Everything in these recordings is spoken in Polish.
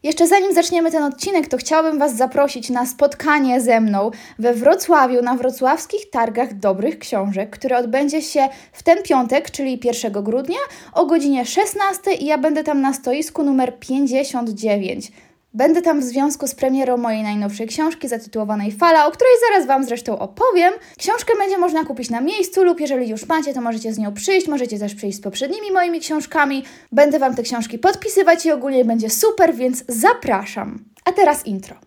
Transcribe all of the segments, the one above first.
Jeszcze zanim zaczniemy ten odcinek, to chciałabym Was zaprosić na spotkanie ze mną we Wrocławiu na wrocławskich targach dobrych książek, które odbędzie się w ten piątek, czyli 1 grudnia o godzinie 16 i ja będę tam na stoisku numer 59. Będę tam w związku z premierą mojej najnowszej książki zatytułowanej Fala, o której zaraz Wam zresztą opowiem. Książkę będzie można kupić na miejscu lub jeżeli już macie, to możecie z nią przyjść, możecie też przyjść z poprzednimi moimi książkami. Będę Wam te książki podpisywać i ogólnie będzie super, więc zapraszam. A teraz intro.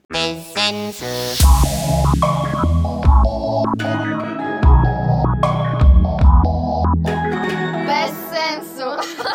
Bez sensu.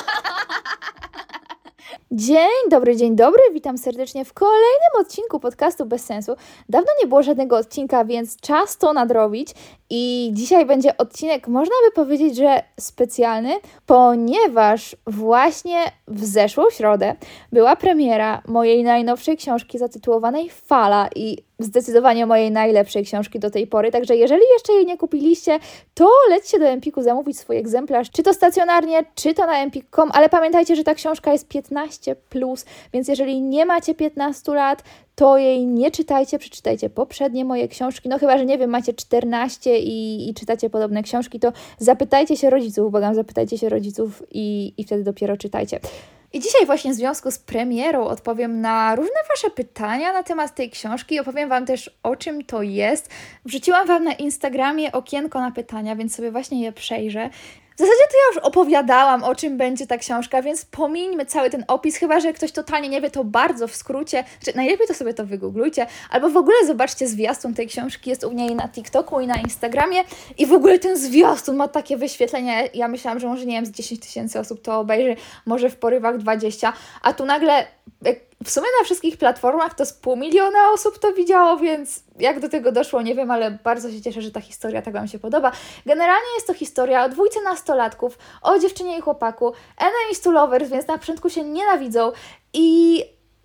Dzień dobry, witam serdecznie w kolejnym odcinku podcastu Bez Sensu. Dawno nie było żadnego odcinka, więc czas to nadrobić i dzisiaj będzie odcinek, można by powiedzieć, że specjalny, ponieważ właśnie w zeszłą środę była premiera mojej najnowszej książki zatytułowanej Fala i zdecydowanie mojej najlepszej książki do tej pory, także jeżeli jeszcze jej nie kupiliście, to lećcie do Empiku zamówić swój egzemplarz, czy to stacjonarnie, czy to na empik.com, ale pamiętajcie, że ta książka jest 15+, więc jeżeli nie macie 15 lat, to jej nie czytajcie, przeczytajcie poprzednie moje książki, no chyba, że nie wiem, macie 14 i czytacie podobne książki, to zapytajcie się rodziców, błagam, zapytajcie się rodziców i wtedy dopiero czytajcie. I dzisiaj właśnie w związku z premierą odpowiem na różne Wasze pytania na temat tej książki. Opowiem Wam też, o czym to jest. Wrzuciłam Wam na Instagramie okienko na pytania, więc sobie właśnie je przejrzę. W zasadzie to ja już opowiadałam, o czym będzie ta książka, więc pomińmy cały ten opis, chyba że ktoś totalnie nie wie, to bardzo w skrócie, najlepiej to sobie to wygooglujcie, albo w ogóle zobaczcie zwiastun tej książki, jest u mnie na TikToku i na Instagramie i w ogóle ten zwiastun ma takie wyświetlenia, ja myślałam, że może nie wiem, z 10 000 osób to obejrzy, może w porywach 20, a tu nagle w sumie na wszystkich platformach to z 500 000 osób to widziało, więc jak do tego doszło, nie wiem, ale bardzo się cieszę, że ta historia tak Wam się podoba. Generalnie jest to historia o dwójce nastolatków, o dziewczynie i chłopaku, enemies to lovers, więc na początku się nienawidzą i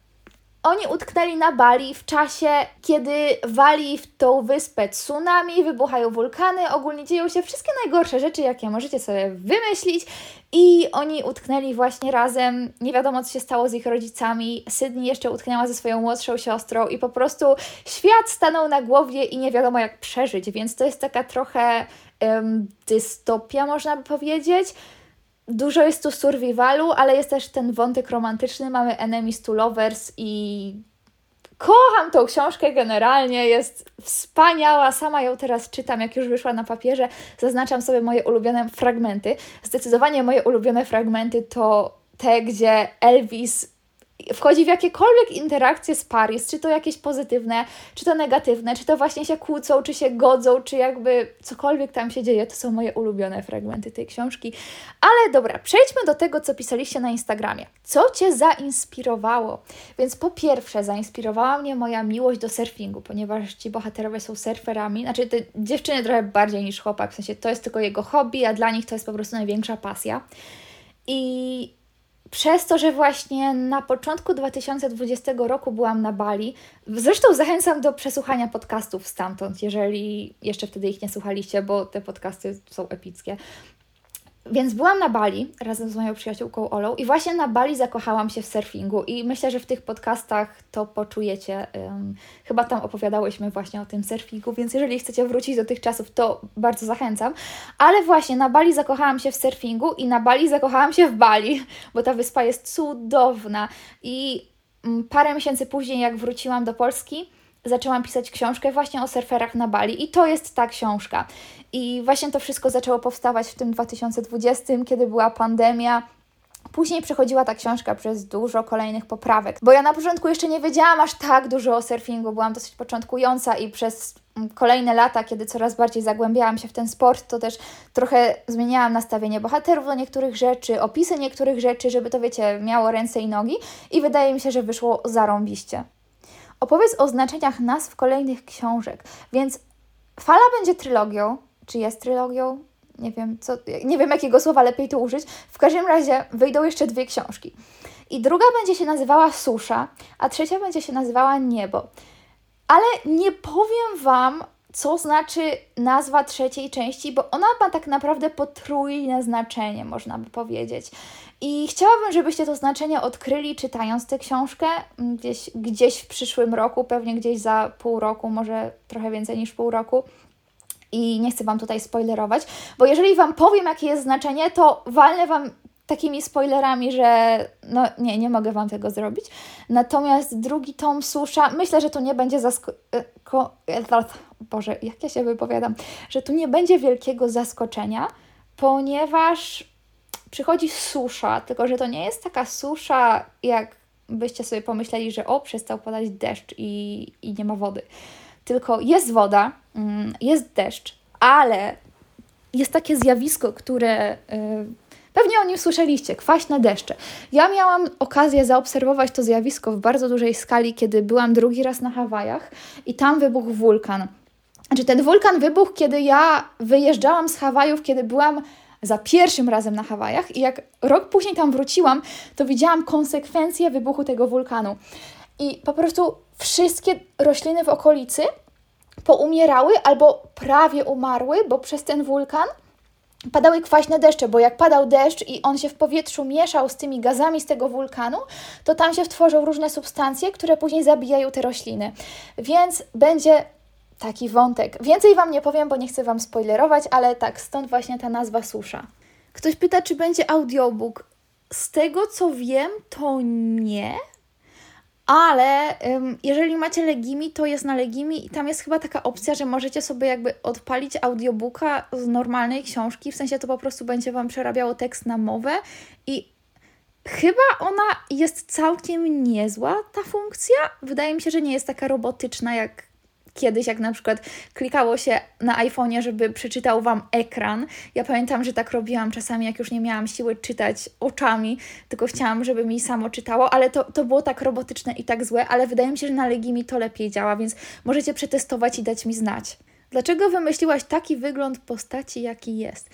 oni utknęli na Bali w czasie, kiedy wali w tą wyspę tsunami, wybuchają wulkany, ogólnie dzieją się wszystkie najgorsze rzeczy, jakie możecie sobie wymyślić i oni utknęli właśnie razem, nie wiadomo co się stało z ich rodzicami, Sydney jeszcze utknęła ze swoją młodszą siostrą i po prostu świat stanął na głowie i nie wiadomo jak przeżyć, więc to jest taka trochę dystopia, można by powiedzieć. Dużo jest tu survivalu, ale jest też ten wątek romantyczny, mamy enemies to lovers i kocham tą książkę generalnie, jest wspaniała, sama ją teraz czytam, jak już wyszła na papierze, zaznaczam sobie moje ulubione fragmenty. Zdecydowanie moje ulubione fragmenty to te, gdzie Elvis wchodzi w jakiekolwiek interakcje z Paris, czy to jakieś pozytywne, czy to negatywne, czy to właśnie się kłócą, czy się godzą, czy jakby cokolwiek tam się dzieje, to są moje ulubione fragmenty tej książki. Ale dobra, przejdźmy do tego, co pisaliście na Instagramie. Co Cię zainspirowało? Więc po pierwsze, zainspirowała mnie moja miłość do surfingu, ponieważ ci bohaterowie są surferami, znaczy te dziewczyny trochę bardziej niż chłopak, w sensie to jest tylko jego hobby, a dla nich to jest po prostu największa pasja. I przez to, że właśnie na początku 2020 roku byłam na Bali, zresztą zachęcam do przesłuchania podcastów stamtąd, jeżeli jeszcze wtedy ich nie słuchaliście, bo te podcasty są epickie. Więc byłam na Bali razem z moją przyjaciółką Olą i właśnie na Bali zakochałam się w surfingu i myślę, że w tych podcastach to poczujecie. Chyba tam opowiadałyśmy właśnie o tym surfingu, więc jeżeli chcecie wrócić do tych czasów, to bardzo zachęcam. Ale właśnie na Bali zakochałam się w surfingu i na Bali zakochałam się w Bali, bo ta wyspa jest cudowna i parę miesięcy później, jak wróciłam do Polski, zaczęłam pisać książkę właśnie o surferach na Bali i to jest ta książka. I właśnie to wszystko zaczęło powstawać w tym 2020, kiedy była pandemia. Później przechodziła ta książka przez dużo kolejnych poprawek, bo ja na początku jeszcze nie wiedziałam aż tak dużo o surfingu, byłam dosyć początkująca i przez kolejne lata, kiedy coraz bardziej zagłębiałam się w ten sport, to też trochę zmieniałam nastawienie bohaterów do niektórych rzeczy, opisy niektórych rzeczy, żeby to, wiecie, miało ręce i nogi i wydaje mi się, że wyszło zarąbiście. Opowiedz o znaczeniach nazw kolejnych książek, więc Fala będzie trylogią. Czy jest trylogią? Nie wiem jakiego słowa lepiej tu użyć. W każdym razie wyjdą jeszcze 2 książki. I druga będzie się nazywała Susza, a trzecia będzie się nazywała Niebo. Ale nie powiem Wam, co znaczy nazwa trzeciej części, bo ona ma tak naprawdę potrójne znaczenie, można by powiedzieć. I chciałabym, żebyście to znaczenie odkryli, czytając tę książkę gdzieś w przyszłym roku, pewnie gdzieś za pół roku, może trochę więcej niż pół roku. I nie chcę Wam tutaj spoilerować, bo jeżeli Wam powiem, jakie jest znaczenie, to walnę Wam takimi spoilerami, że no nie mogę Wam tego zrobić. Natomiast drugi tom Susza, myślę, że tu nie będzie Boże, jak ja się wypowiadam, że tu nie będzie wielkiego zaskoczenia, ponieważ przychodzi susza, tylko że to nie jest taka susza, jak byście sobie pomyśleli, że przestał padać deszcz i nie ma wody. Tylko jest woda, jest deszcz, ale jest takie zjawisko, które pewnie o nim słyszeliście, kwaśne deszcze. Ja miałam okazję zaobserwować to zjawisko w bardzo dużej skali, kiedy byłam drugi raz na Hawajach i tam wybuchł wulkan. Znaczy ten wulkan wybuchł, kiedy ja wyjeżdżałam z Hawajów, kiedy byłam za pierwszym razem na Hawajach i jak rok później tam wróciłam, to widziałam konsekwencje wybuchu tego wulkanu. I po prostu wszystkie rośliny w okolicy poumierały albo prawie umarły, bo przez ten wulkan padały kwaśne deszcze, bo jak padał deszcz i on się w powietrzu mieszał z tymi gazami z tego wulkanu, to tam się tworzą różne substancje, które później zabijają te rośliny. Więc będzie taki wątek. Więcej Wam nie powiem, bo nie chcę Wam spoilerować, ale tak, stąd właśnie ta nazwa susza. Ktoś pyta, czy będzie audiobook. Z tego, co wiem, to nie. Ale jeżeli macie Legimi, to jest na Legimi i tam jest chyba taka opcja, że możecie sobie jakby odpalić audiobooka z normalnej książki, w sensie to po prostu będzie Wam przerabiało tekst na mowę i chyba ona jest całkiem niezła, ta funkcja. Wydaje mi się, że nie jest taka robotyczna jak kiedyś, jak na przykład klikało się na iPhone'ie, żeby przeczytał Wam ekran. Ja pamiętam, że tak robiłam czasami, jak już nie miałam siły czytać oczami, tylko chciałam, żeby mi samo czytało, ale to było tak robotyczne i tak złe, ale wydaje mi się, że na Legimi to lepiej działa, więc możecie przetestować i dać mi znać. Dlaczego wymyśliłaś taki wygląd postaci, jaki jest?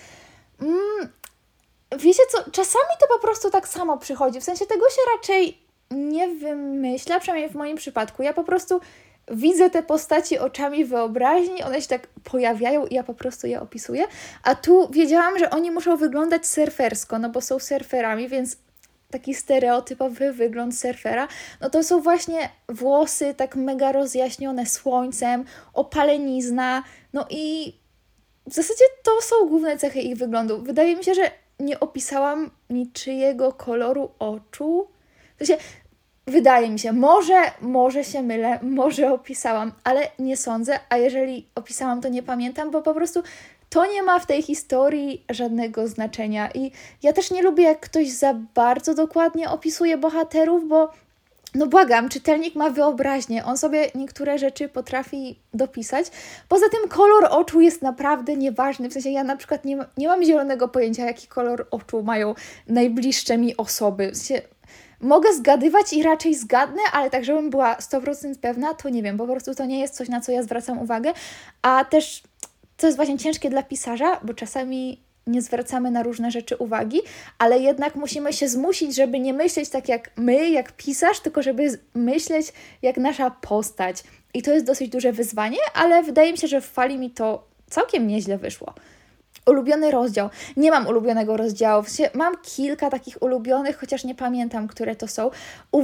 Wiecie co, czasami to po prostu tak samo przychodzi, w sensie tego się raczej nie wymyśla, przynajmniej w moim przypadku. Ja po prostu widzę te postaci oczami wyobraźni, one się tak pojawiają i ja po prostu je opisuję. A tu wiedziałam, że oni muszą wyglądać surfersko, no bo są surferami, więc taki stereotypowy wygląd surfera, no to są właśnie włosy tak mega rozjaśnione słońcem, opalenizna, no i w zasadzie to są główne cechy ich wyglądu. Wydaje mi się, że nie opisałam niczyjego koloru oczu. W sensie, wydaje mi się, może się mylę, może opisałam, ale nie sądzę, a jeżeli opisałam, to nie pamiętam, bo po prostu to nie ma w tej historii żadnego znaczenia i ja też nie lubię, jak ktoś za bardzo dokładnie opisuje bohaterów, bo no błagam, czytelnik ma wyobraźnię, on sobie niektóre rzeczy potrafi dopisać. Poza tym kolor oczu jest naprawdę nieważny, w sensie ja na przykład nie mam zielonego pojęcia, jaki kolor oczu mają najbliższe mi osoby. W sensie mogę zgadywać i raczej zgadnę, ale tak, żebym była 100% pewna, to nie wiem, po prostu to nie jest coś, na co ja zwracam uwagę, a też to jest właśnie ciężkie dla pisarza, bo czasami nie zwracamy na różne rzeczy uwagi, ale jednak musimy się zmusić, żeby nie myśleć tak jak my, jak pisarz, tylko żeby myśleć jak nasza postać. I to jest dosyć duże wyzwanie, ale wydaje mi się, że w Fali mi to całkiem nieźle wyszło. Ulubiony rozdział. Nie mam ulubionego rozdziału. W sensie mam kilka takich ulubionych, chociaż nie pamiętam, które to są.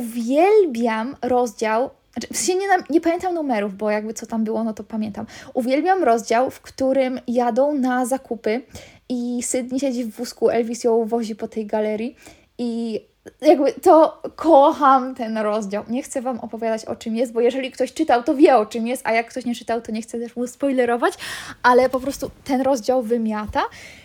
Uwielbiam rozdział, w sensie nie pamiętam numerów, bo jakby co tam było, no to pamiętam. Uwielbiam rozdział, w którym jadą na zakupy i Sydney siedzi w wózku, Elvis ją wozi po tej galerii i jakby to kocham ten rozdział. Nie chcę Wam opowiadać, o czym jest, bo jeżeli ktoś czytał, to wie, o czym jest, a jak ktoś nie czytał, to nie chcę też mu spoilerować, ale po prostu ten rozdział wymiata.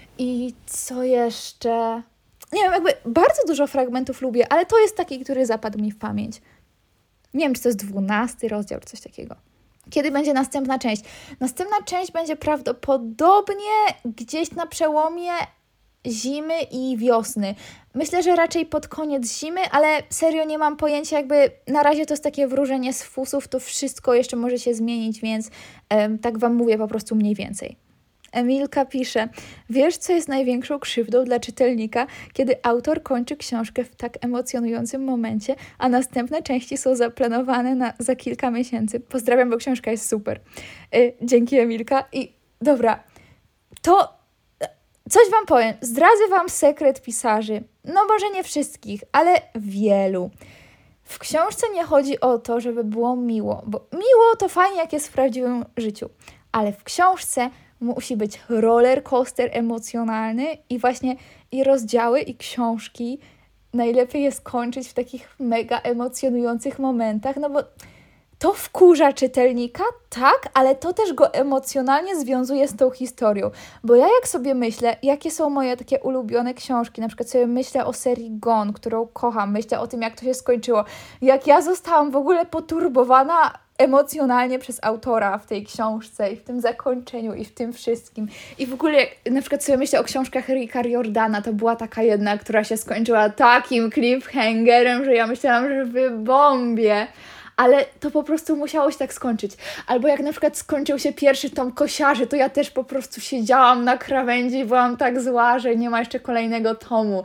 I co jeszcze? Nie wiem, jakby bardzo dużo fragmentów lubię, ale to jest taki, który zapadł mi w pamięć. Nie wiem, czy to jest 12 rozdział, czy coś takiego. Kiedy będzie następna część? Następna część będzie prawdopodobnie gdzieś na przełomie zimy i wiosny. Myślę, że raczej pod koniec zimy, ale serio nie mam pojęcia, jakby na razie to jest takie wróżenie z fusów, to wszystko jeszcze może się zmienić, więc tak Wam mówię po prostu mniej więcej. Emilka pisze, wiesz, co jest największą krzywdą dla czytelnika, kiedy autor kończy książkę w tak emocjonującym momencie, a następne części są zaplanowane za kilka miesięcy. Pozdrawiam, bo książka jest super. Dzięki, Emilka. I dobra, to coś wam powiem. Zdradzę wam sekret pisarzy. No może nie wszystkich, ale wielu. W książce nie chodzi o to, żeby było miło, bo miło to fajnie, jak jest w prawdziwym życiu, ale w książce musi być roller coaster emocjonalny i właśnie i rozdziały, i książki najlepiej jest kończyć w takich mega emocjonujących momentach, no bo to wkurza czytelnika, tak, ale to też go emocjonalnie związuje z tą historią. Bo ja jak sobie myślę, jakie są moje takie ulubione książki, na przykład sobie myślę o serii Gone, którą kocham, myślę o tym, jak to się skończyło, jak ja zostałam w ogóle poturbowana emocjonalnie przez autora w tej książce i w tym zakończeniu i w tym wszystkim. I w ogóle jak na przykład sobie myślę o książkach Ricka Riordana, to była taka jedna, która się skończyła takim cliffhangerem, że ja myślałam, że wybombię. Ale to po prostu musiało się tak skończyć. Albo jak na przykład skończył się pierwszy tom Kosiarzy, to ja też po prostu siedziałam na krawędzi i byłam tak zła, że nie ma jeszcze kolejnego tomu.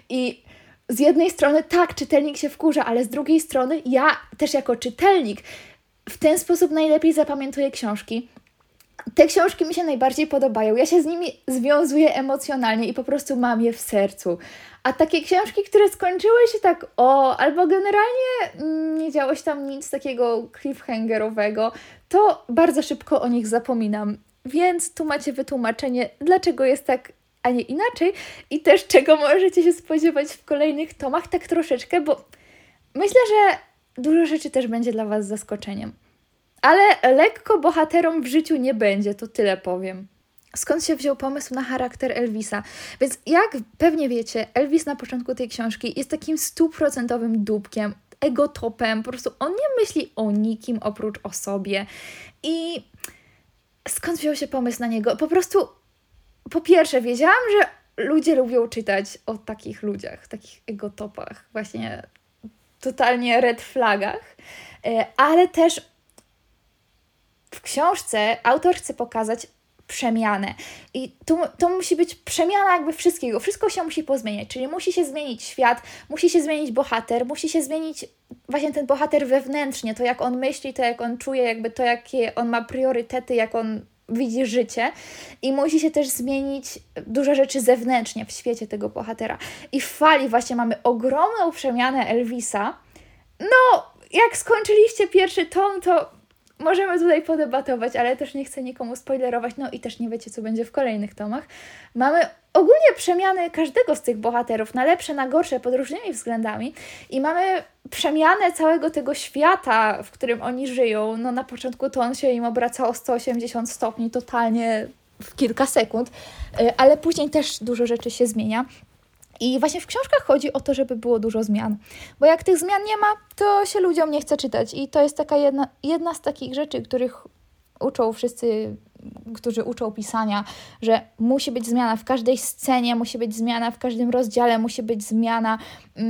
I z jednej strony tak, czytelnik się wkurza, ale z drugiej strony ja też jako czytelnik w ten sposób najlepiej zapamiętuję książki. Te książki mi się najbardziej podobają. Ja się z nimi związuję emocjonalnie i po prostu mam je w sercu. A takie książki, które skończyły się tak albo generalnie nie działo się tam nic takiego cliffhangerowego, to bardzo szybko o nich zapominam. Więc tu macie wytłumaczenie, dlaczego jest tak, a nie inaczej i też czego możecie się spodziewać w kolejnych tomach, tak troszeczkę, bo myślę, że dużo rzeczy też będzie dla Was zaskoczeniem. Ale lekko bohaterom w życiu nie będzie, to tyle powiem. Skąd się wziął pomysł na charakter Elvisa? Więc jak pewnie wiecie, Elvis na początku tej książki jest takim 100% dupkiem, egotopem, po prostu on nie myśli o nikim oprócz o sobie. I skąd wziął się pomysł na niego? Po prostu, po pierwsze, wiedziałam, że ludzie lubią czytać o takich ludziach, takich egotopach, właśnie totalnie red flagach, ale też w książce autor chce pokazać przemianę. I to musi być przemiana jakby wszystkiego. Wszystko się musi pozmieniać. Czyli musi się zmienić świat, musi się zmienić bohater, musi się zmienić właśnie ten bohater wewnętrznie. To jak on myśli, to jak on czuje, jakby to jakie on ma priorytety, jak on widzi życie. I musi się też zmienić dużo rzeczy zewnętrznie w świecie tego bohatera. I w Fali właśnie mamy ogromną przemianę Elvisa. No, jak skończyliście pierwszy tom, to możemy tutaj podebatować, ale też nie chcę nikomu spoilerować, no i też nie wiecie, co będzie w kolejnych tomach. Mamy ogólnie przemiany każdego z tych bohaterów, na lepsze, na gorsze, pod różnymi względami i mamy przemianę całego tego świata, w którym oni żyją. No na początku to on się im obraca o 180 stopni, totalnie w kilka sekund, ale później też dużo rzeczy się zmienia. I właśnie w książkach chodzi o to, żeby było dużo zmian. Bo jak tych zmian nie ma, to się ludziom nie chce czytać. I to jest taka jedna z takich rzeczy, których uczą wszyscy, którzy uczą pisania, że musi być zmiana w każdej scenie, musi być zmiana w każdym rozdziale, musi być zmiana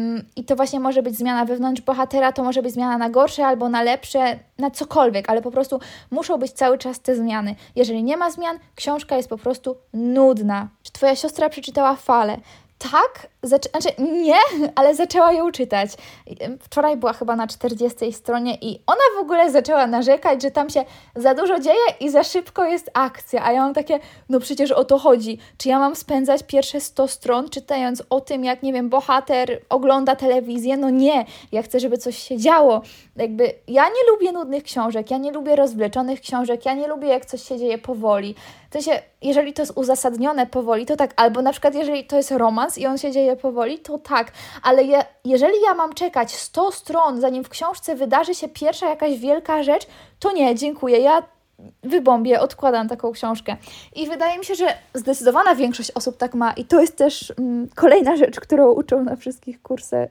i to właśnie może być zmiana wewnątrz bohatera, to może być zmiana na gorsze albo na lepsze, na cokolwiek, ale po prostu muszą być cały czas te zmiany. Jeżeli nie ma zmian, książka jest po prostu nudna. Czy twoja siostra przeczytała Falę? Tak, nie, ale zaczęła ją czytać. Wczoraj była chyba na 40 stronie i ona w ogóle zaczęła narzekać, że tam się za dużo dzieje i za szybko jest akcja, a ja mam takie, no przecież o to chodzi. Czy ja mam spędzać pierwsze 100 stron czytając o tym, jak, nie wiem, bohater ogląda telewizję? No nie, ja chcę, żeby coś się działo. Jakby ja nie lubię nudnych książek, ja nie lubię rozwleczonych książek, ja nie lubię, jak coś się dzieje powoli. W sensie, jeżeli to jest uzasadnione powoli, to tak, albo na przykład jeżeli to jest romans i on się dzieje powoli, to tak, ale jeżeli ja mam czekać 100 stron, zanim w książce wydarzy się pierwsza jakaś wielka rzecz, to nie, dziękuję, ja wybombię, odkładam taką książkę. I wydaje mi się, że zdecydowana większość osób tak ma i to jest też kolejna rzecz, której uczą na wszystkich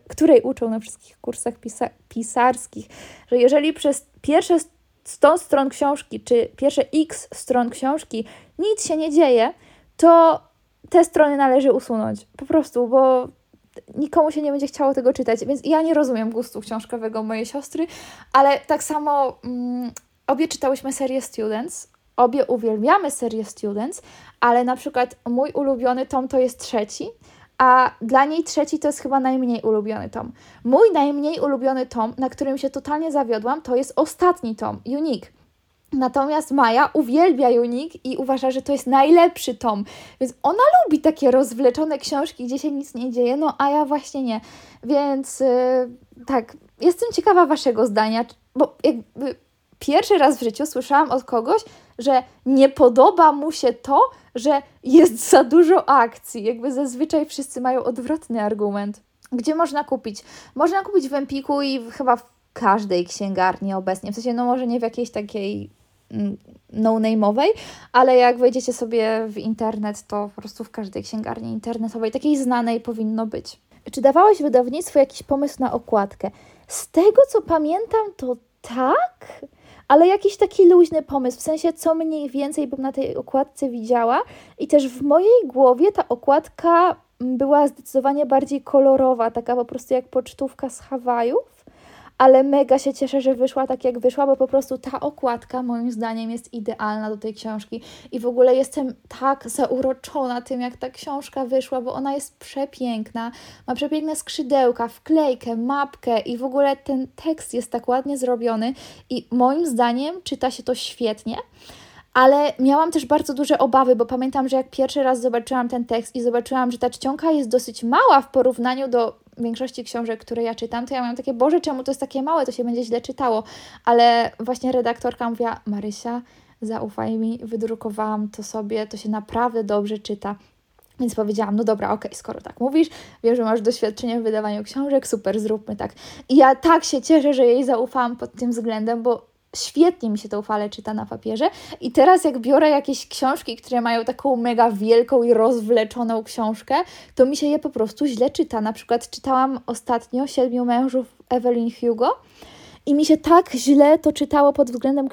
kursach pisarskich, że jeżeli przez pierwsze 100 stron książki, czy pierwsze x stron książki nic się nie dzieje, to te strony należy usunąć. Po prostu, bo nikomu się nie będzie chciało tego czytać. Więc ja nie rozumiem gustu książkowego mojej siostry, ale tak samo obie czytałyśmy serię Students obie uwielbiamy serię Students, ale na przykład mój ulubiony tom to jest 3, a dla niej 3 to jest chyba najmniej ulubiony tom. Mój najmniej ulubiony tom, na którym się totalnie zawiodłam, to jest ostatni tom, Unique. Natomiast Maja uwielbia Unique i uważa, że to jest najlepszy tom, więc ona lubi takie rozwleczone książki, gdzie się nic nie dzieje, no a ja właśnie nie. Więc tak, jestem ciekawa Waszego zdania, bo jakby pierwszy raz w życiu słyszałam od kogoś, że nie podoba mu się to, że jest za dużo akcji. Jakby zazwyczaj wszyscy mają odwrotny argument. Gdzie można kupić? Można kupić w Empiku i chyba w każdej księgarni obecnie. W sensie, no może nie w jakiejś takiej no-name'owej, ale jak wejdziecie sobie w internet, to po prostu w każdej księgarni internetowej, takiej znanej, powinno być. Czy dawałaś wydawnictwu jakiś pomysł na okładkę? Z tego, co pamiętam, to tak, ale jakiś taki luźny pomysł, w sensie co mniej więcej bym na tej okładce widziała i też w mojej głowie ta okładka była zdecydowanie bardziej kolorowa, taka po prostu jak pocztówka z Hawajów, ale mega się cieszę, że wyszła tak jak wyszła, bo po prostu ta okładka moim zdaniem jest idealna do tej książki i w ogóle jestem tak zauroczona tym, jak ta książka wyszła, bo ona jest przepiękna, ma przepiękne skrzydełka, wklejkę, mapkę i w ogóle ten tekst jest tak ładnie zrobiony i moim zdaniem czyta się to świetnie. Ale miałam też bardzo duże obawy, bo pamiętam, że jak pierwszy raz zobaczyłam ten tekst i zobaczyłam, że ta czcionka jest dosyć mała w porównaniu do większości książek, które ja czytam, to ja miałam takie, Boże, czemu to jest takie małe, to się będzie źle czytało. Ale właśnie redaktorka mówiła, Marysia, zaufaj mi, wydrukowałam to sobie, to się naprawdę dobrze czyta. Więc powiedziałam, no dobra, okej, skoro tak mówisz, wiem, że masz doświadczenie w wydawaniu książek, super, zróbmy tak. I ja tak się cieszę, że jej zaufałam pod tym względem, bo świetnie mi się to ufale czyta na papierze i teraz jak biorę jakieś książki, które mają taką mega wielką i rozwleczoną książkę, to mi się je po prostu źle czyta. Na przykład czytałam ostatnio 7 mężów Evelyn Hugo i mi się tak źle to czytało pod względem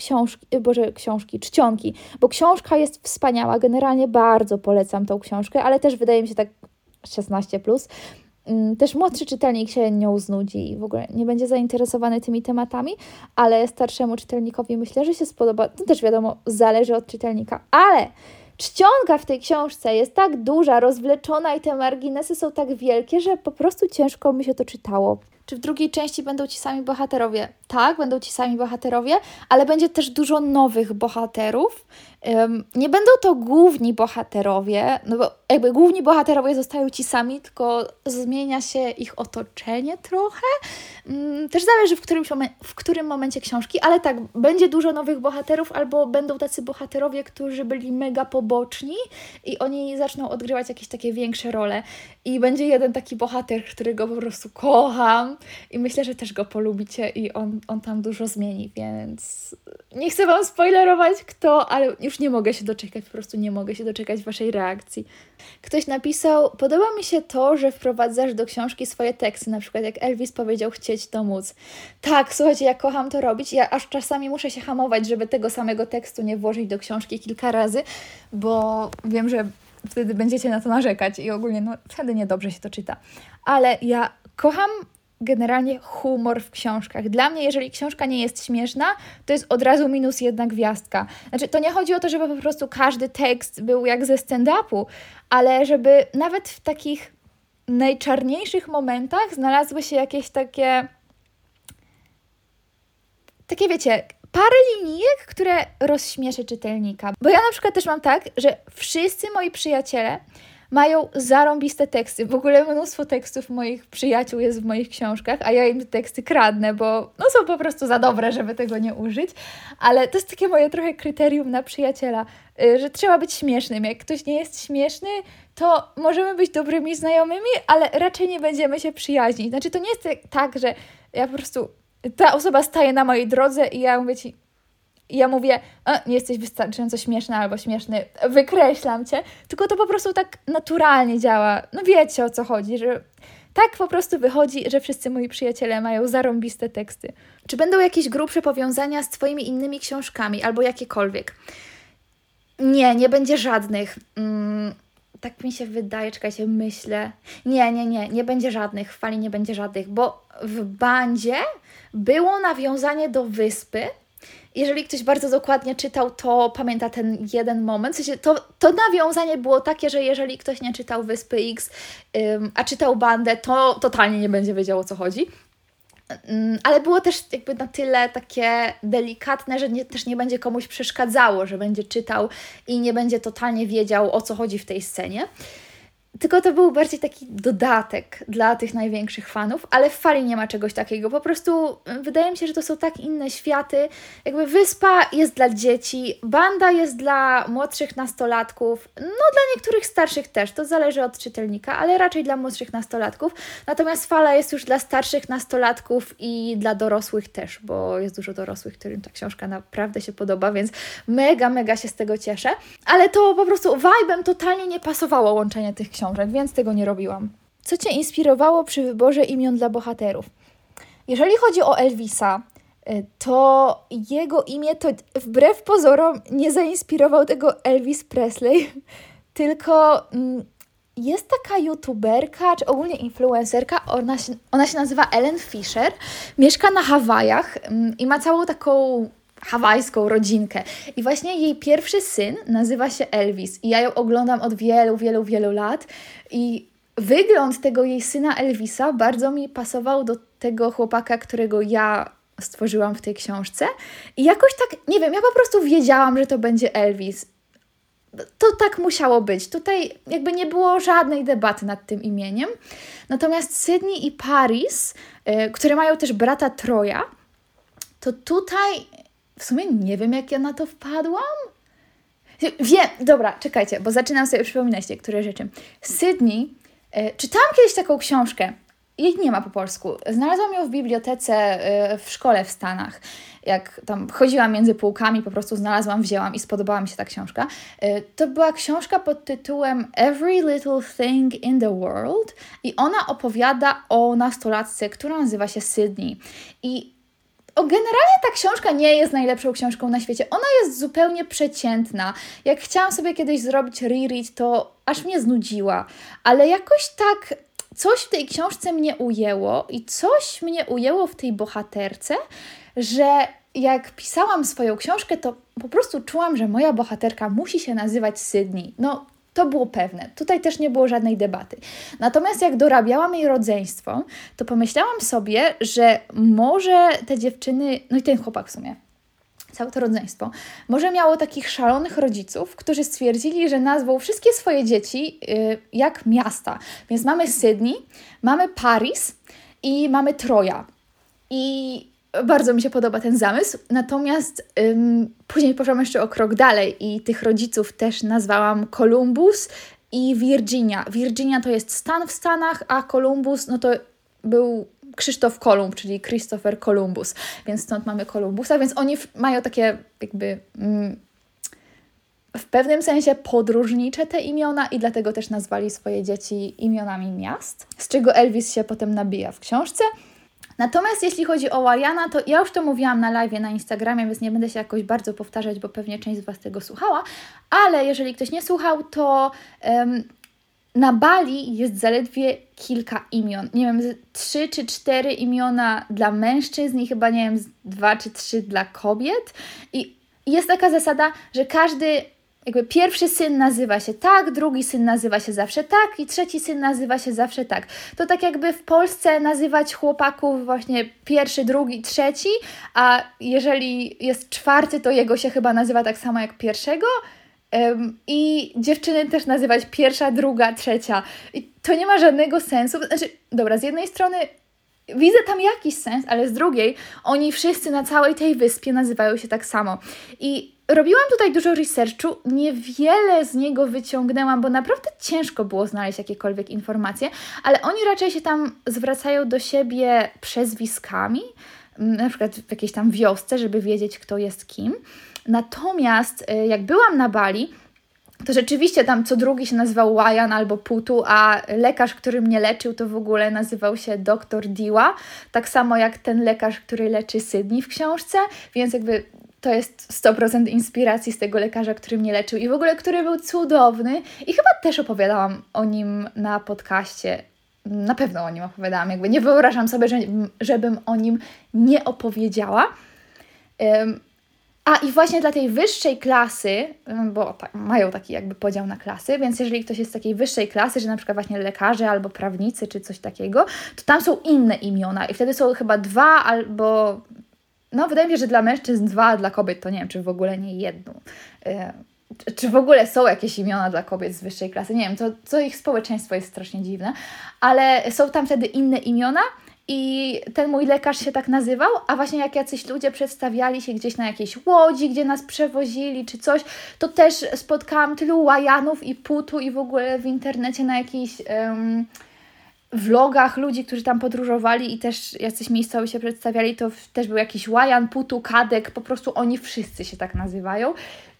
czcionki, bo książka jest wspaniała, generalnie bardzo polecam tą książkę, ale też wydaje mi się tak 16+. Też młodszy czytelnik się nią znudzi i w ogóle nie będzie zainteresowany tymi tematami, ale starszemu czytelnikowi myślę, że się spodoba. To też wiadomo, zależy od czytelnika, ale czcionka w tej książce jest tak duża, rozwleczona i te marginesy są tak wielkie, że po prostu ciężko mi się to czytało. Czy w drugiej części będą ci sami bohaterowie? Tak, będą ci sami bohaterowie, ale będzie też dużo nowych bohaterów. Nie będą to główni bohaterowie, no bo jakby główni bohaterowie zostają ci sami, tylko zmienia się ich otoczenie trochę. Też zależy w którym momencie książki, ale tak, będzie dużo nowych bohaterów, albo będą tacy bohaterowie, którzy byli mega poboczni i oni zaczną odgrywać jakieś takie większe role. I będzie jeden taki bohater, którego po prostu kocham i myślę, że też go polubicie i on tam dużo zmieni, więc nie chcę Wam spoilerować kto, ale już nie mogę się doczekać, po prostu nie mogę się doczekać Waszej reakcji. Ktoś napisał, podoba mi się to, że wprowadzasz do książki swoje teksty, na przykład jak Elvis powiedział chcieć to móc. Tak, słuchajcie, ja kocham to robić, ja aż czasami muszę się hamować, żeby tego samego tekstu nie włożyć do książki kilka razy, bo wiem, że wtedy będziecie na to narzekać i ogólnie no wtedy niedobrze się to czyta. Ale ja kocham generalnie humor w książkach. Dla mnie, jeżeli książka nie jest śmieszna, to jest od razu -1 gwiazdka. Znaczy, to nie chodzi o to, żeby po prostu każdy tekst był jak ze stand-upu, ale żeby nawet w takich najczarniejszych momentach znalazły się jakieś takie wiecie, parę linijek, które rozśmieszy czytelnika. Bo ja na przykład też mam tak, że wszyscy moi przyjaciele mają zarąbiste teksty. W ogóle mnóstwo tekstów moich przyjaciół jest w moich książkach, a ja im te teksty kradnę, bo no są po prostu za dobre, żeby tego nie użyć. Ale to jest takie moje trochę kryterium na przyjaciela, że trzeba być śmiesznym. Jak ktoś nie jest śmieszny, to możemy być dobrymi znajomymi, ale raczej nie będziemy się przyjaźnić. Znaczy to nie jest tak, że ja po prostu ta osoba staje na mojej drodze i ja mówię, nie jesteś wystarczająco śmieszna albo śmieszny, wykreślam cię, tylko to po prostu tak naturalnie działa. No wiecie, o co chodzi, że tak po prostu wychodzi, że wszyscy moi przyjaciele mają zarąbiste teksty. Czy będą jakieś grubsze powiązania z Twoimi innymi książkami albo jakiekolwiek? Nie będzie żadnych. Tak mi się wydaje, czekajcie, myślę. Nie będzie żadnych, w Fali nie będzie żadnych, bo w Bandzie było nawiązanie do Wyspy jeżeli ktoś bardzo dokładnie czytał, to pamięta ten jeden moment. W sensie to nawiązanie było takie, że jeżeli ktoś nie czytał Wyspy X, a czytał Bandę, to totalnie nie będzie wiedział, o co chodzi. Ale było też jakby na tyle takie delikatne, że też nie będzie komuś przeszkadzało, że będzie czytał i nie będzie totalnie wiedział, o co chodzi w tej scenie. Tylko to był bardziej taki dodatek dla tych największych fanów, ale w Fali nie ma czegoś takiego. Po prostu wydaje mi się, że to są tak inne światy. Jakby Wyspa jest dla dzieci, Banda jest dla młodszych nastolatków, no dla niektórych starszych też, to zależy od czytelnika, ale raczej dla młodszych nastolatków. Natomiast Fala jest już dla starszych nastolatków i dla dorosłych też, bo jest dużo dorosłych, którym ta książka naprawdę się podoba, więc mega się z tego cieszę. Ale to po prostu vibe'em totalnie nie pasowało łączenie tych książek, więc tego nie robiłam. Co Cię inspirowało przy wyborze imion dla bohaterów? Jeżeli chodzi o Elvisa, to jego imię to wbrew pozorom nie zainspirował tego Elvis Presley, tylko jest taka youtuberka, czy ogólnie influencerka, ona się nazywa Ellen Fisher, mieszka na Hawajach i ma całą taką hawajską rodzinkę. I właśnie jej pierwszy syn nazywa się Elvis i ja ją oglądam od wielu lat i wygląd tego jej syna Elvisa bardzo mi pasował do tego chłopaka, którego ja stworzyłam w tej książce i jakoś tak, nie wiem, ja po prostu wiedziałam, że to będzie Elvis. To tak musiało być. Tutaj jakby nie było żadnej debaty nad tym imieniem. Natomiast Sydney i Paris, które mają też brata Troya, to tutaj w sumie nie wiem, jak ja na to wpadłam. Wiem, dobra, czekajcie, bo zaczynam sobie przypominać niektóre rzeczy. Sydney, czytałam kiedyś taką książkę, jej nie ma po polsku. Znalazłam ją w bibliotece w szkole w Stanach. Jak tam chodziłam między półkami, po prostu znalazłam, wzięłam i spodobała mi się ta książka. To była książka pod tytułem Every Little Thing in the World i ona opowiada o nastolatce, która nazywa się Sydney. I generalnie ta książka nie jest najlepszą książką na świecie. Ona jest zupełnie przeciętna. Jak chciałam sobie kiedyś zrobić reread, to aż mnie znudziła. Ale jakoś tak coś w tej książce mnie ujęło i coś mnie ujęło w tej bohaterce, że jak pisałam swoją książkę, to po prostu czułam, że moja bohaterka musi się nazywać Sydney. No, to było pewne. Tutaj też nie było żadnej debaty. Natomiast jak dorabiałam jej rodzeństwo, to pomyślałam sobie, że może te dziewczyny, no i ten chłopak w sumie, całe to rodzeństwo, może miało takich szalonych rodziców, którzy stwierdzili, że nazwą wszystkie swoje dzieci jak miasta. Więc mamy Sydney, mamy Paris i mamy Troya. I bardzo mi się podoba ten zamysł, natomiast później poszłam jeszcze o krok dalej i tych rodziców też nazwałam Columbus i Virginia. Virginia to jest stan w Stanach, a Columbus no to był Krzysztof Kolumb, czyli Christopher Columbus, więc stąd mamy Columbusa, więc oni mają takie jakby w pewnym sensie podróżnicze te imiona i dlatego też nazwali swoje dzieci imionami miast, z czego Elvis się potem nabija w książce. Natomiast jeśli chodzi o Wariana, to ja już to mówiłam na live'ie na Instagramie, więc nie będę się jakoś bardzo powtarzać, bo pewnie część z Was tego słuchała, ale jeżeli ktoś nie słuchał, to na Bali jest zaledwie kilka imion. Nie wiem, 3 czy 4 imiona dla mężczyzn i chyba, nie wiem, 2 czy 3 dla kobiet. I jest taka zasada, że każdy jakby pierwszy syn nazywa się tak, drugi syn nazywa się zawsze tak i trzeci syn nazywa się zawsze tak. To tak jakby w Polsce nazywać chłopaków właśnie pierwszy, drugi, trzeci, a jeżeli jest czwarty, to jego się chyba nazywa tak samo jak pierwszego. I dziewczyny też nazywać pierwsza, druga, trzecia. I to nie ma żadnego sensu. Znaczy, dobra, z jednej strony widzę tam jakiś sens, ale z drugiej oni wszyscy na całej tej wyspie nazywają się tak samo. I robiłam tutaj dużo researchu, niewiele z niego wyciągnęłam, bo naprawdę ciężko było znaleźć jakiekolwiek informacje, ale oni raczej się tam zwracają do siebie przezwiskami, na przykład w jakiejś tam wiosce, żeby wiedzieć, kto jest kim. Natomiast jak byłam na Bali, to rzeczywiście tam co drugi się nazywał Wayan albo Putu, a lekarz, który mnie leczył, to w ogóle nazywał się Dr. Diwa, tak samo jak ten lekarz, który leczy Sydney w książce, więc jakby to jest 100% inspiracji z tego lekarza, który mnie leczył i w ogóle, który był cudowny i chyba też opowiadałam o nim na podcaście. Na pewno o nim opowiadałam, jakby nie wyobrażam sobie, żebym o nim nie opowiedziała. A i właśnie dla tej wyższej klasy, bo mają taki jakby podział na klasy, więc jeżeli ktoś jest z takiej wyższej klasy, że na przykład właśnie lekarze albo prawnicy czy coś takiego, to tam są inne imiona i wtedy są chyba 2 albo... No wydaje mi się, że dla mężczyzn 2, a dla kobiet to nie wiem, czy w ogóle nie jedną. Czy w ogóle są jakieś imiona dla kobiet z wyższej klasy? Nie wiem, to ich społeczeństwo jest strasznie dziwne, ale są tam wtedy inne imiona i ten mój lekarz się tak nazywał, a właśnie jak jacyś ludzie przedstawiali się gdzieś na jakiejś łodzi, gdzie nas przewozili czy coś, to też spotkałam tylu łajanów i putu i w ogóle w internecie na jakichś vlogach ludzi, którzy tam podróżowali i też jacyś miejscowi się przedstawiali, to też był jakiś łajan, putu, kadek, po prostu oni wszyscy się tak nazywają.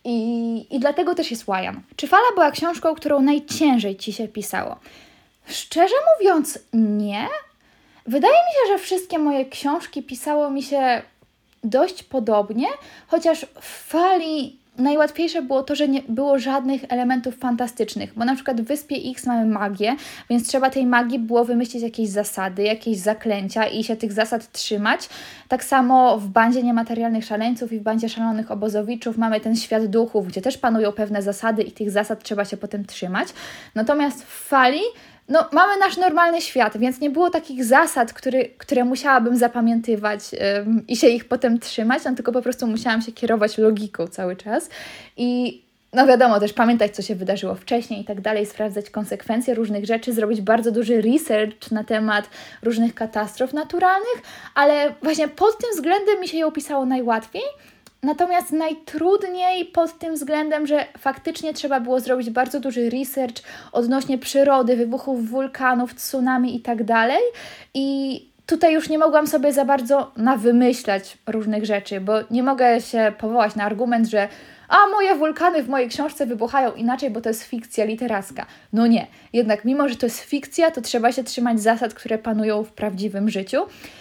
I dlatego też jest łajan. Czy Fala była książką, którą najciężej Ci się pisało? Szczerze mówiąc, nie. Wydaje mi się, że wszystkie moje książki pisało mi się dość podobnie, chociaż w Fali najłatwiejsze było to, że nie było żadnych elementów fantastycznych, bo na przykład w Wyspie X mamy magię, więc trzeba tej magii było wymyślić jakieś zasady, jakieś zaklęcia i się tych zasad trzymać. Tak samo w Bandzie Niematerialnych Szaleńców i w Bandzie Szalonych Obozowiczów mamy ten świat duchów, gdzie też panują pewne zasady i tych zasad trzeba się potem trzymać. Natomiast w Fali mamy nasz normalny świat, więc nie było takich zasad, które musiałabym zapamiętywać i się ich potem trzymać, tylko po prostu musiałam się kierować logiką cały czas. I wiadomo, też pamiętać, co się wydarzyło wcześniej i tak dalej, sprawdzać konsekwencje różnych rzeczy, zrobić bardzo duży research na temat różnych katastrof naturalnych, ale właśnie pod tym względem mi się ją pisało najłatwiej. Natomiast najtrudniej pod tym względem, że faktycznie trzeba było zrobić bardzo duży research odnośnie przyrody, wybuchów wulkanów, tsunami i tak dalej. I tutaj już nie mogłam sobie za bardzo nawymyślać różnych rzeczy, bo nie mogę się powołać na argument, że moje wulkany w mojej książce wybuchają inaczej, bo to jest fikcja literacka. No nie, jednak mimo, że to jest fikcja, to trzeba się trzymać zasad, które panują w prawdziwym życiu.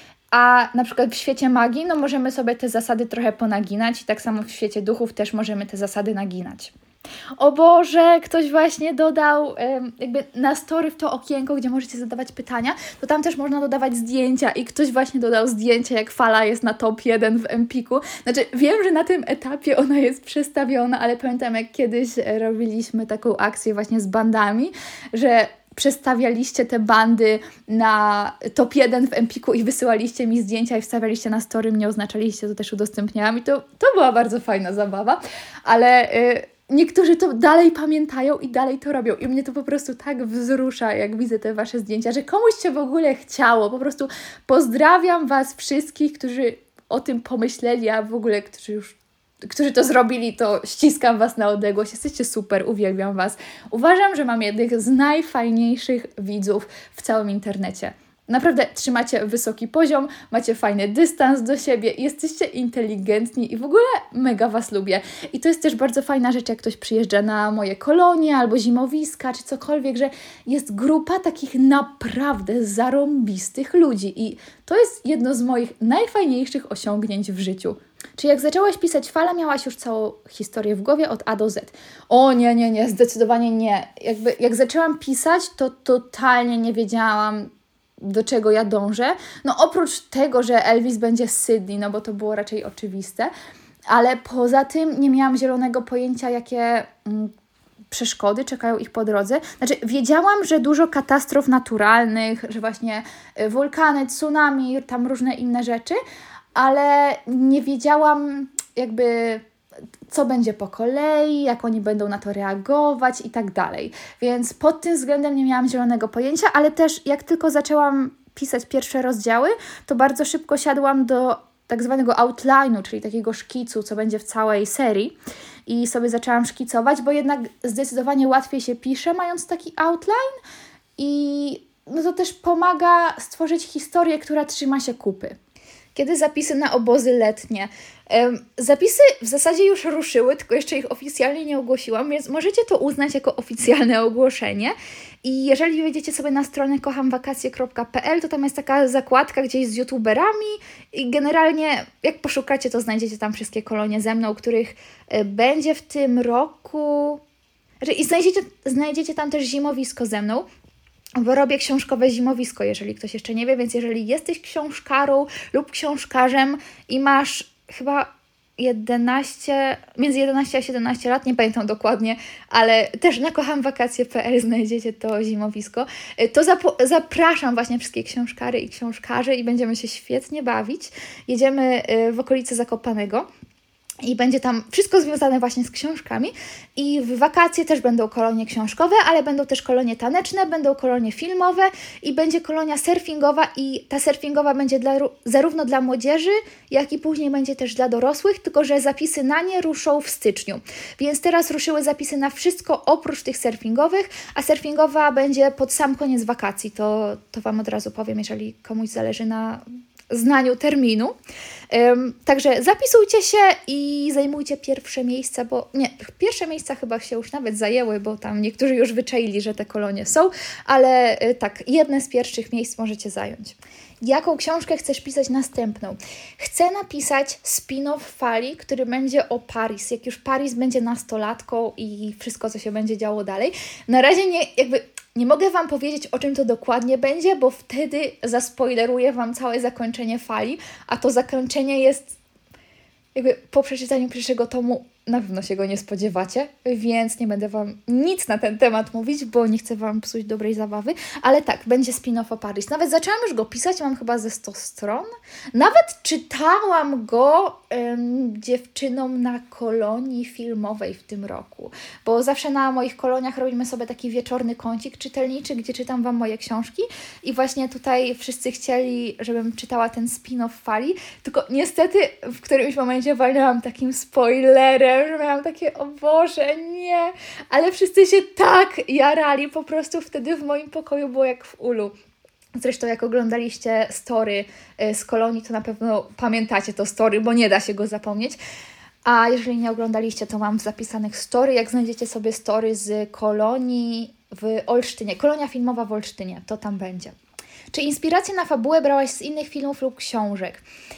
A na przykład w świecie magii, możemy sobie te zasady trochę ponaginać i tak samo w świecie duchów też możemy te zasady naginać. O Boże, ktoś właśnie dodał jakby na story w to okienko, gdzie możecie zadawać pytania, to tam też można dodawać zdjęcia i ktoś właśnie dodał zdjęcie, jak Fala jest na top 1 w Empiku. Znaczy wiem, że na tym etapie ona jest przestawiona, ale pamiętam jak kiedyś robiliśmy taką akcję właśnie z bandami, że przestawialiście te bandy na top 1 w Empiku i wysyłaliście mi zdjęcia i wstawialiście na story, mnie oznaczaliście, to też udostępniałam i to była bardzo fajna zabawa, ale niektórzy to dalej pamiętają i dalej to robią i mnie to po prostu tak wzrusza, jak widzę te Wasze zdjęcia, że komuś się w ogóle chciało. Po prostu pozdrawiam Was wszystkich, którzy o tym pomyśleli, a w ogóle którzy to zrobili, to ściskam Was na odległość. Jesteście super, uwielbiam Was. Uważam, że mam jednych z najfajniejszych widzów w całym internecie. Naprawdę trzymacie wysoki poziom, macie fajny dystans do siebie, jesteście inteligentni i w ogóle mega Was lubię. I to jest też bardzo fajna rzecz, jak ktoś przyjeżdża na moje kolonie albo zimowiska, czy cokolwiek, że jest grupa takich naprawdę zarąbistych ludzi i to jest jedno z moich najfajniejszych osiągnięć w życiu. Czy jak zaczęłaś pisać Fala, miałaś już całą historię w głowie od A do Z? O nie, zdecydowanie nie. Jak zaczęłam pisać, to totalnie nie wiedziałam, do czego ja dążę. Oprócz tego, że Elvis będzie z Sydney, bo to było raczej oczywiste, ale poza tym nie miałam zielonego pojęcia, jakie przeszkody czekają ich po drodze. Znaczy, wiedziałam, że dużo katastrof naturalnych, że właśnie wulkany, tsunami, tam różne inne rzeczy, ale nie wiedziałam co będzie po kolei, jak oni będą na to reagować i tak dalej. Więc pod tym względem nie miałam zielonego pojęcia, ale też jak tylko zaczęłam pisać pierwsze rozdziały, to bardzo szybko siadłam do tak zwanego outline'u, czyli takiego szkicu, co będzie w całej serii i sobie zaczęłam szkicować, bo jednak zdecydowanie łatwiej się pisze, mając taki outline i to też pomaga stworzyć historię, która trzyma się kupy. Kiedy zapisy na obozy letnie? Zapisy w zasadzie już ruszyły, tylko jeszcze ich oficjalnie nie ogłosiłam, więc możecie to uznać jako oficjalne ogłoszenie. I jeżeli wejdziecie sobie na stronę kochamwakacje.pl, to tam jest taka zakładka gdzieś z youtuberami i generalnie jak poszukacie, to znajdziecie tam wszystkie kolonie ze mną, których będzie w tym roku. I znajdziecie tam też zimowisko ze mną, bo robię książkowe zimowisko, jeżeli ktoś jeszcze nie wie, więc jeżeli jesteś książkarą lub książkarzem i masz chyba między 11 a 17 lat, nie pamiętam dokładnie, ale też na kochambwakacje.pl znajdziecie to zimowisko, to zapraszam właśnie wszystkie książkary i książkarzy i będziemy się świetnie bawić. Jedziemy w okolice Zakopanego. I będzie tam wszystko związane właśnie z książkami i w wakacje też będą kolonie książkowe, ale będą też kolonie taneczne, będą kolonie filmowe i będzie kolonia surfingowa i ta surfingowa będzie zarówno dla młodzieży, jak i później będzie też dla dorosłych, tylko że zapisy na nie ruszą w styczniu. Więc teraz ruszyły zapisy na wszystko oprócz tych surfingowych, a surfingowa będzie pod sam koniec wakacji. To Wam od razu powiem, jeżeli komuś zależy na znaniu terminu. Także zapisujcie się i zajmujcie pierwsze miejsca, bo nie, pierwsze miejsca chyba się już nawet zajęły, bo tam niektórzy już wyczaili, że te kolonie są, ale tak, jedne z pierwszych miejsc możecie zająć. Jaką książkę chcesz pisać następną? Chcę napisać spin-off Fali, który będzie o Paris, jak już Paris będzie nastolatką i wszystko, co się będzie działo dalej. Na razie nie mogę Wam powiedzieć, o czym to dokładnie będzie, bo wtedy zaspoileruję Wam całe zakończenie Fali, a to zakończenie jest po przeczytaniu pierwszego tomu na pewno się go nie spodziewacie, więc nie będę Wam nic na ten temat mówić, bo nie chcę Wam psuć dobrej zabawy, ale tak, będzie spin-off o Paris. Nawet zaczęłam już go pisać, mam chyba ze 100 stron. Nawet czytałam go dziewczynom na kolonii filmowej w tym roku, bo zawsze na moich koloniach robimy sobie taki wieczorny kącik czytelniczy, gdzie czytam Wam moje książki i właśnie tutaj wszyscy chcieli, żebym czytała ten spin-off Fali, tylko niestety w którymś momencie walnęłam takim spoilerem, że miałam takie, o Boże, nie, ale wszyscy się tak jarali, po prostu wtedy w moim pokoju było jak w ulu. Zresztą jak oglądaliście story z kolonii, to na pewno pamiętacie to story, bo nie da się go zapomnieć. A jeżeli nie oglądaliście, to mam zapisanych story. Jak znajdziecie sobie story z kolonii w Olsztynie, kolonia filmowa w Olsztynie, to tam będzie. Czy inspirację na fabułę brałaś z innych filmów lub książek?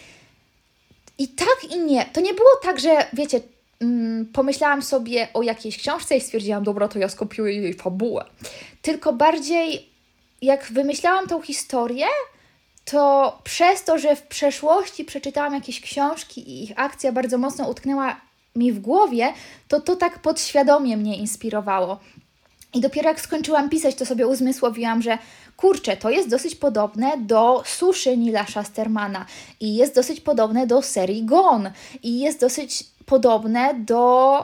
I tak i nie. To nie było tak, że wiecie, pomyślałam sobie o jakiejś książce i stwierdziłam, dobra, to ja skopiuję jej fabułę. Tylko bardziej jak wymyślałam tą historię, to przez to, że w przeszłości przeczytałam jakieś książki i ich akcja bardzo mocno utknęła mi w głowie, to tak podświadomie mnie inspirowało. I dopiero jak skończyłam pisać, to sobie uzmysłowiłam, że kurczę, to jest dosyć podobne do Suszy Neila Shustermana i jest dosyć podobne do serii Gone i jest dosyć podobne do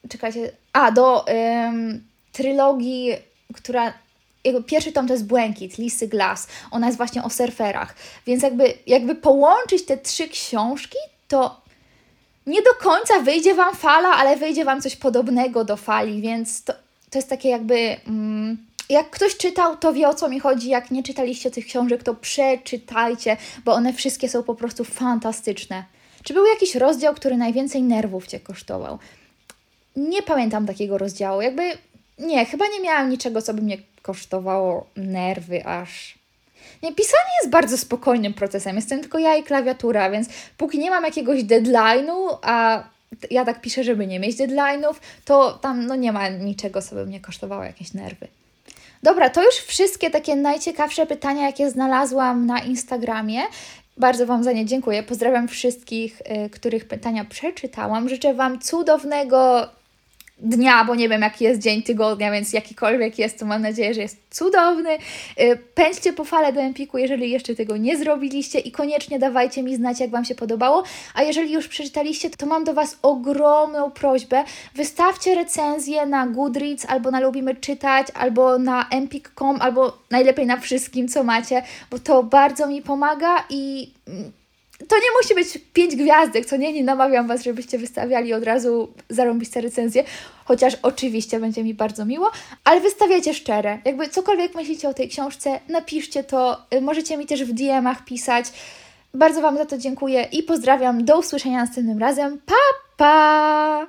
trylogii, która jego pierwszy tom to jest Błękit, Lisy Glass. Ona jest właśnie o surferach. Więc jakby połączyć te 3 książki, to nie do końca wyjdzie Wam Fala, ale wyjdzie Wam coś podobnego do Fali, więc to jest takie jakby... Jak ktoś czytał, to wie, o co mi chodzi. Jak nie czytaliście tych książek, to przeczytajcie, bo one wszystkie są po prostu fantastyczne. Czy był jakiś rozdział, który najwięcej nerwów Cię kosztował? Nie pamiętam takiego rozdziału. Nie, chyba nie miałam niczego, co by mnie kosztowało nerwy aż. Nie, pisanie jest bardzo spokojnym procesem. Jestem tylko ja i klawiatura, więc póki nie mam jakiegoś deadline'u, a ja tak piszę, żeby nie mieć deadline'ów, to tam nie ma niczego, co by mnie kosztowało jakieś nerwy. Dobra, to już wszystkie takie najciekawsze pytania, jakie znalazłam na Instagramie. Bardzo Wam za nie dziękuję. Pozdrawiam wszystkich, których pytania przeczytałam. Życzę Wam cudownego dnia, bo nie wiem, jaki jest dzień tygodnia, więc jakikolwiek jest, to mam nadzieję, że jest cudowny. Pędźcie po Falę do Empiku, jeżeli jeszcze tego nie zrobiliście i koniecznie dawajcie mi znać, jak Wam się podobało. A jeżeli już przeczytaliście, to mam do Was ogromną prośbę. Wystawcie recenzję na Goodreads, albo na Lubimy Czytać, albo na empik.com, albo najlepiej na wszystkim, co macie, bo to bardzo mi pomaga i... To nie musi być 5 gwiazdek, co nie namawiam Was, żebyście wystawiali od razu zarąbiste recenzje, chociaż oczywiście będzie mi bardzo miło, ale wystawiajcie szczere. Jakby cokolwiek myślicie o tej książce, napiszcie to, możecie mi też w DM-ach pisać. Bardzo Wam za to dziękuję i pozdrawiam. Do usłyszenia następnym razem. Pa, pa!